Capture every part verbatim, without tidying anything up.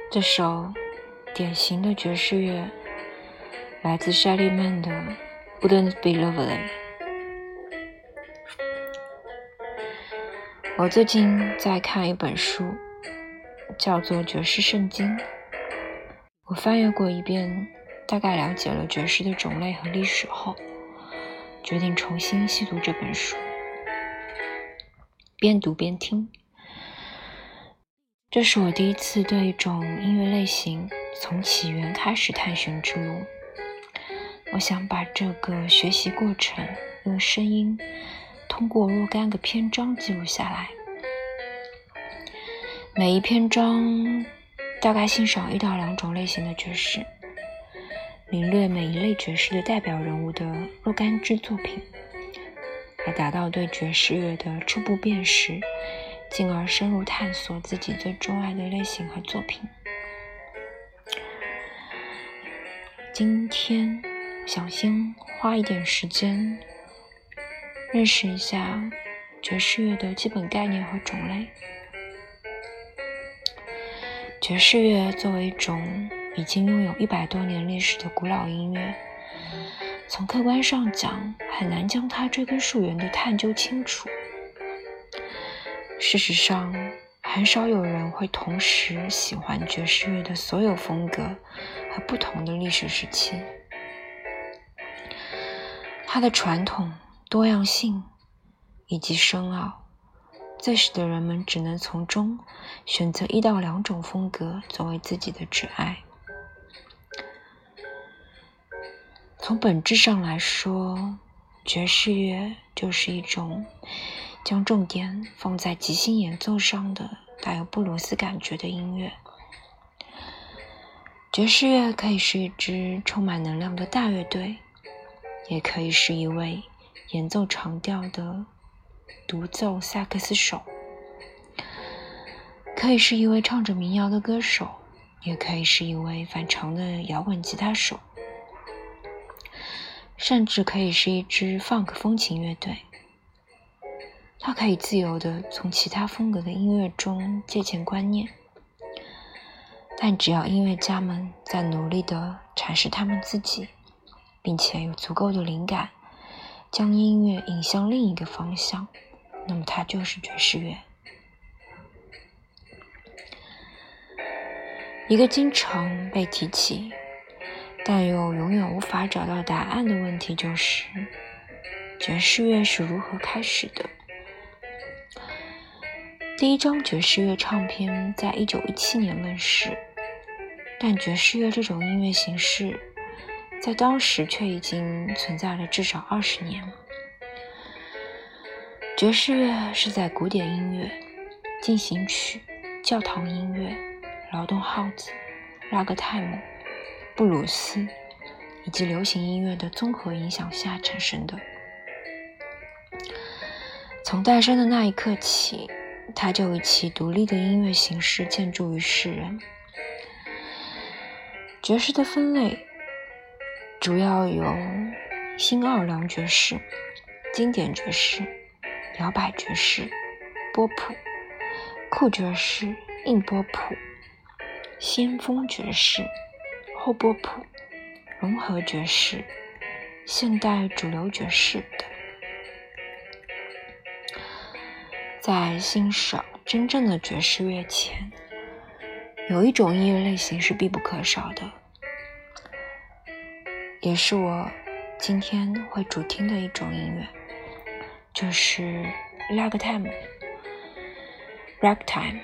这首典型的爵士乐来自沙利曼的 Wouldn't Be Lovely。 我最近在看一本书，叫做《爵士圣经》。我翻阅过一遍，大概了解了爵士的种类和历史后，决定重新细读这本书，边读边听。这是我第一次对一种音乐类型从起源开始探寻之路。我想把这个学习过程用声音通过若干个篇章记录下来，每一篇章大概欣赏一到两种类型的爵士，领略每一类爵士的代表人物的若干支作品，来达到对爵士乐的初步辨识，进而深入探索自己最钟爱的类型和作品。今天想先花一点时间认识一下爵士乐的基本概念和种类。爵士乐作为一种已经拥有一百多年历史的古老音乐，从客观上讲很难将它追根溯源地探究清楚。事实上，很少有人会同时喜欢爵士乐的所有风格和不同的历史时期。它的传统、多样性以及深奥，最使得人们只能从中选择一到两种风格作为自己的挚爱。从本质上来说，爵士乐就是一种将重点放在即兴演奏上的带有布鲁斯感觉的音乐。爵士乐可以是一支充满能量的大乐队，也可以是一位演奏长调的独奏萨克斯手，可以是一位唱着民谣的歌手，也可以是一位反常的摇滚吉他手，甚至可以是一支 funk 风琴乐队。它可以自由地从其他风格的音乐中借鉴观念，但只要音乐家们在努力地阐释他们自己，并且有足够的灵感将音乐引向另一个方向，那么它就是爵士乐。一个经常被提起但又永远无法找到答案的问题就是，爵士乐是如何开始的？第一张爵士乐唱片在一九一七年问世，但爵士乐这种音乐形式在当时却已经存在了至少二十年。爵士乐是在古典音乐、进行曲、教堂音乐、劳动号子、拉格泰姆、布鲁斯以及流行音乐的综合影响下产生的。从诞生的那一刻起，它就以其独立的音乐形式见诸于世人。爵士的分类主要有新奥尔良爵士、经典爵士、摇摆爵士、波普、酷爵士、硬波普、先锋爵士、后波普、融合爵士、现代主流爵士等。在欣赏真正的爵士乐前，有一种音乐类型是必不可少的，也是我今天会主听的一种音乐，就是拉格泰姆 Ragtime。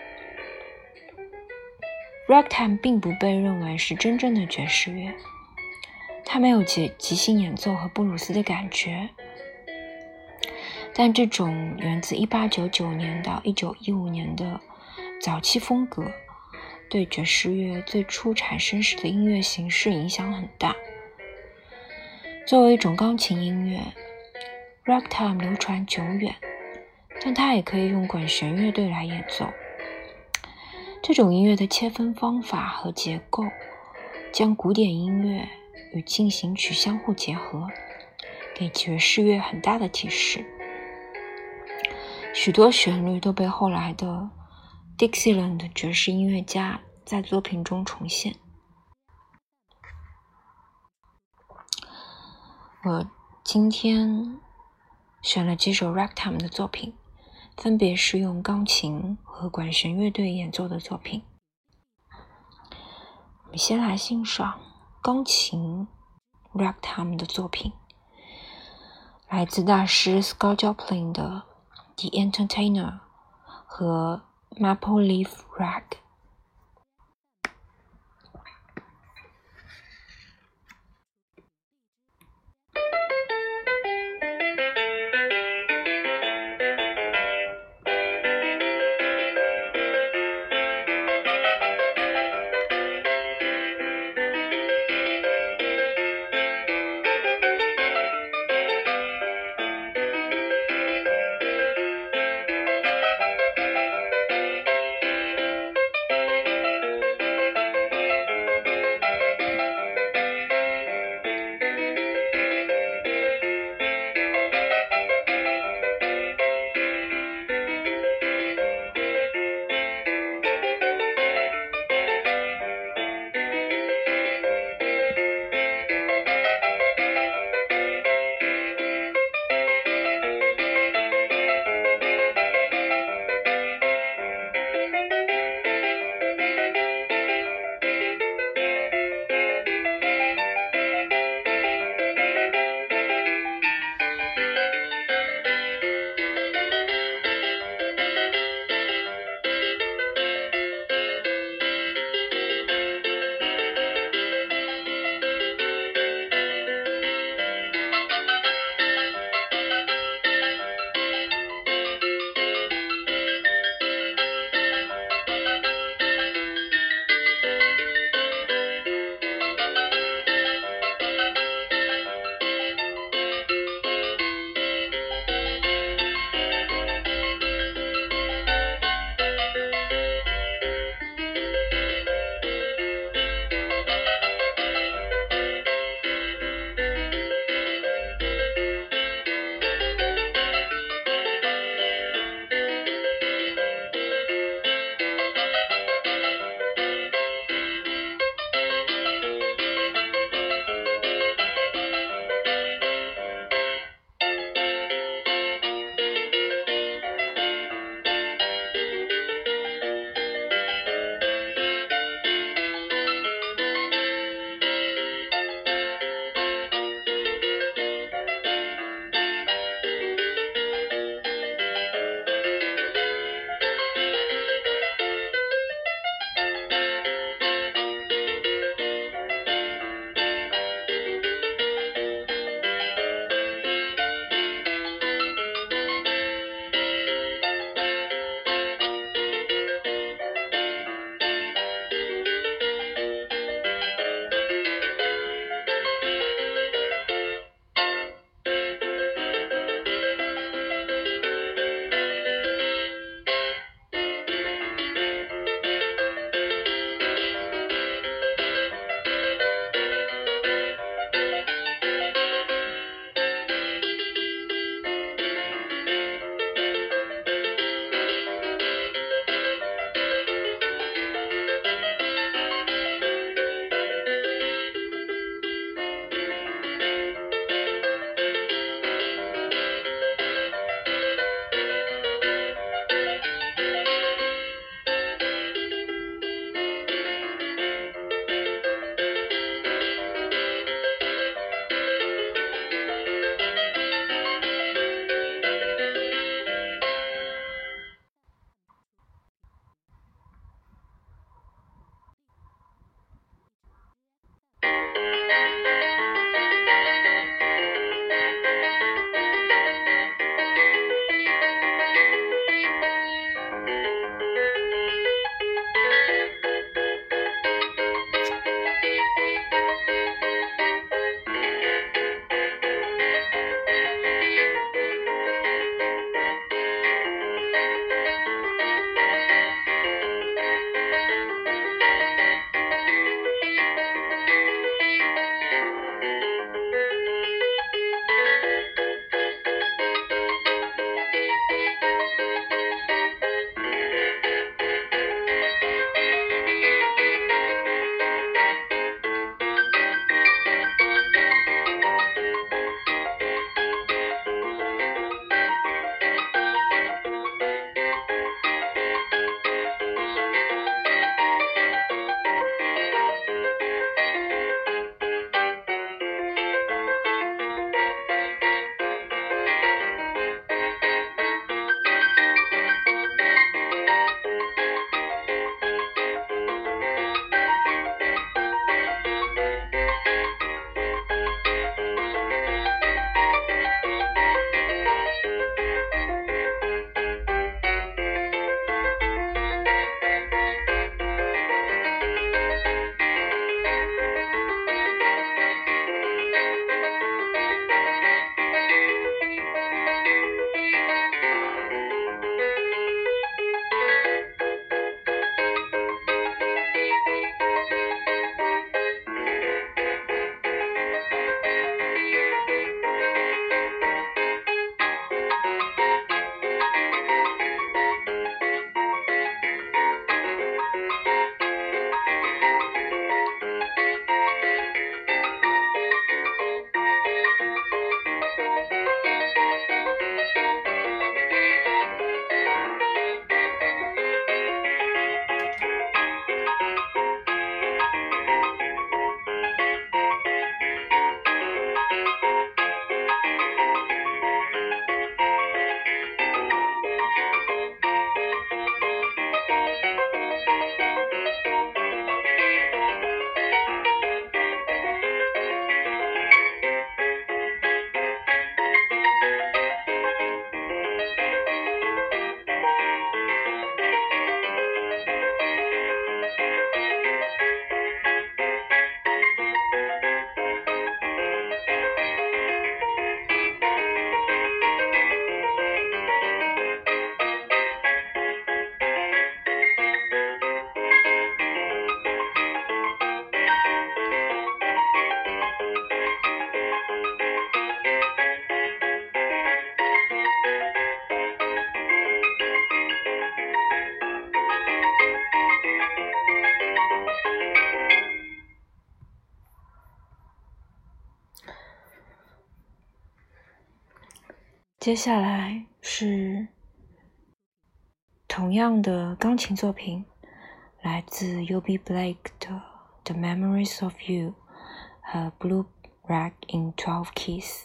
Ragtime 并不被认为是真正的爵士乐，它没有即即兴演奏和布鲁斯的感觉，但这种源自一八九九年到一九一五年的早期风格对爵士乐最初产生时的音乐形式影响很大。作为一种钢琴音乐， Ragtime 流传久远，但它也可以用管弦乐队来演奏。这种音乐的切分方法和结构将古典音乐与进行曲相互结合，给爵士乐很大的提示。许多旋律都被后来的 Dixieland 爵士音乐家在作品中重现。我今天选了几首 Ragtime 的作品，分别是用钢琴和管弦乐队演奏的作品。我们先来欣赏钢琴 Ragtime 的作品，来自大师 Scott Joplin 的 The Entertainer 和 Maple Leaf Rag。 接下来是同样的钢琴作品，来自 Yobi Blake 的 The Memories of You 和 Blue Rag in twelve Keys。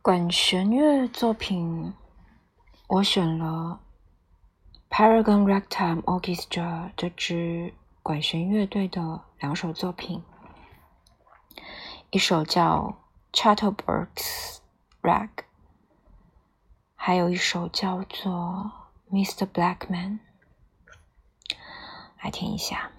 管弦乐作品，我选了 Paragon Ragtime Orchestra 这支管弦乐队的两首作品，一首叫 Chatterbox Rag， 还有一首叫做 Mister Blackman。 来听一下。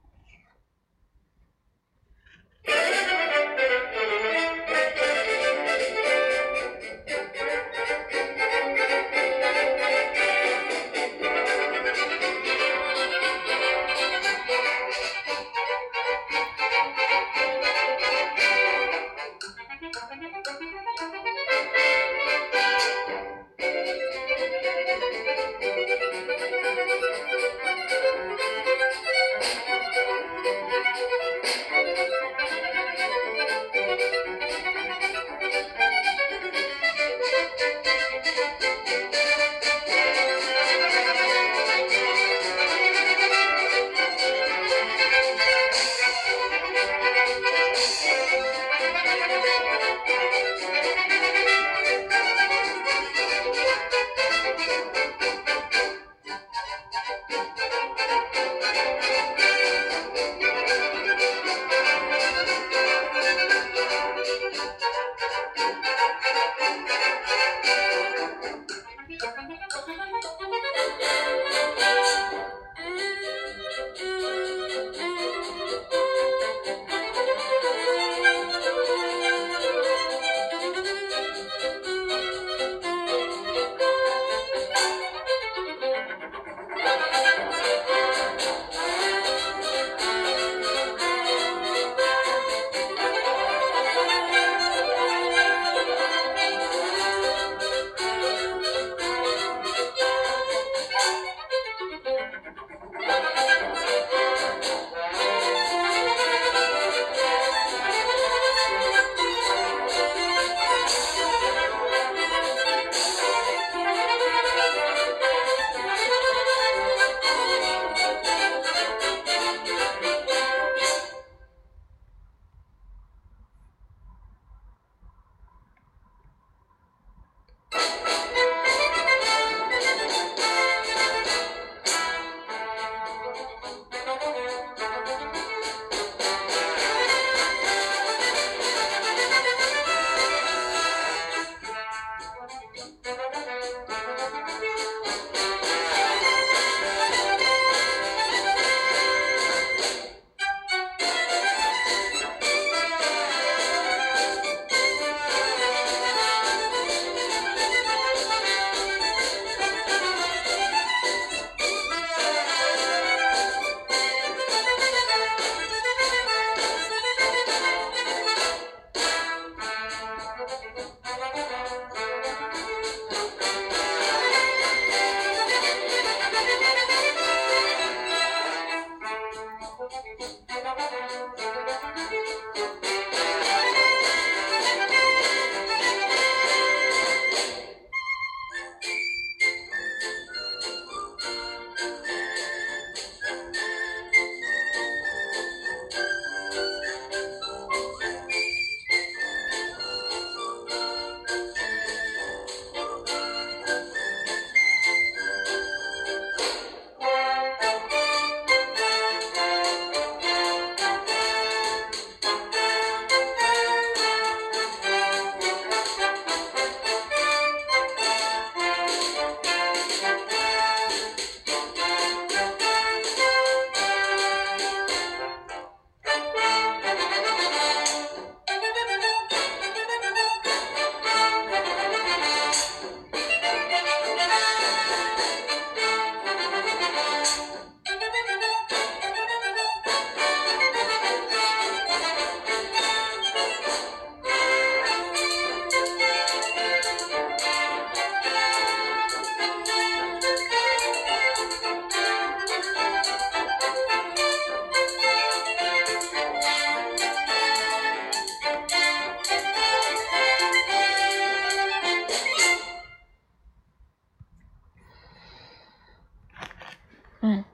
嗯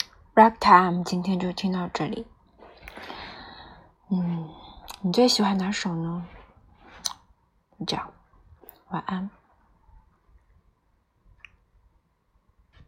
Ragtime 今天就听到这里。嗯，你最喜欢哪首呢？这样， 晚安。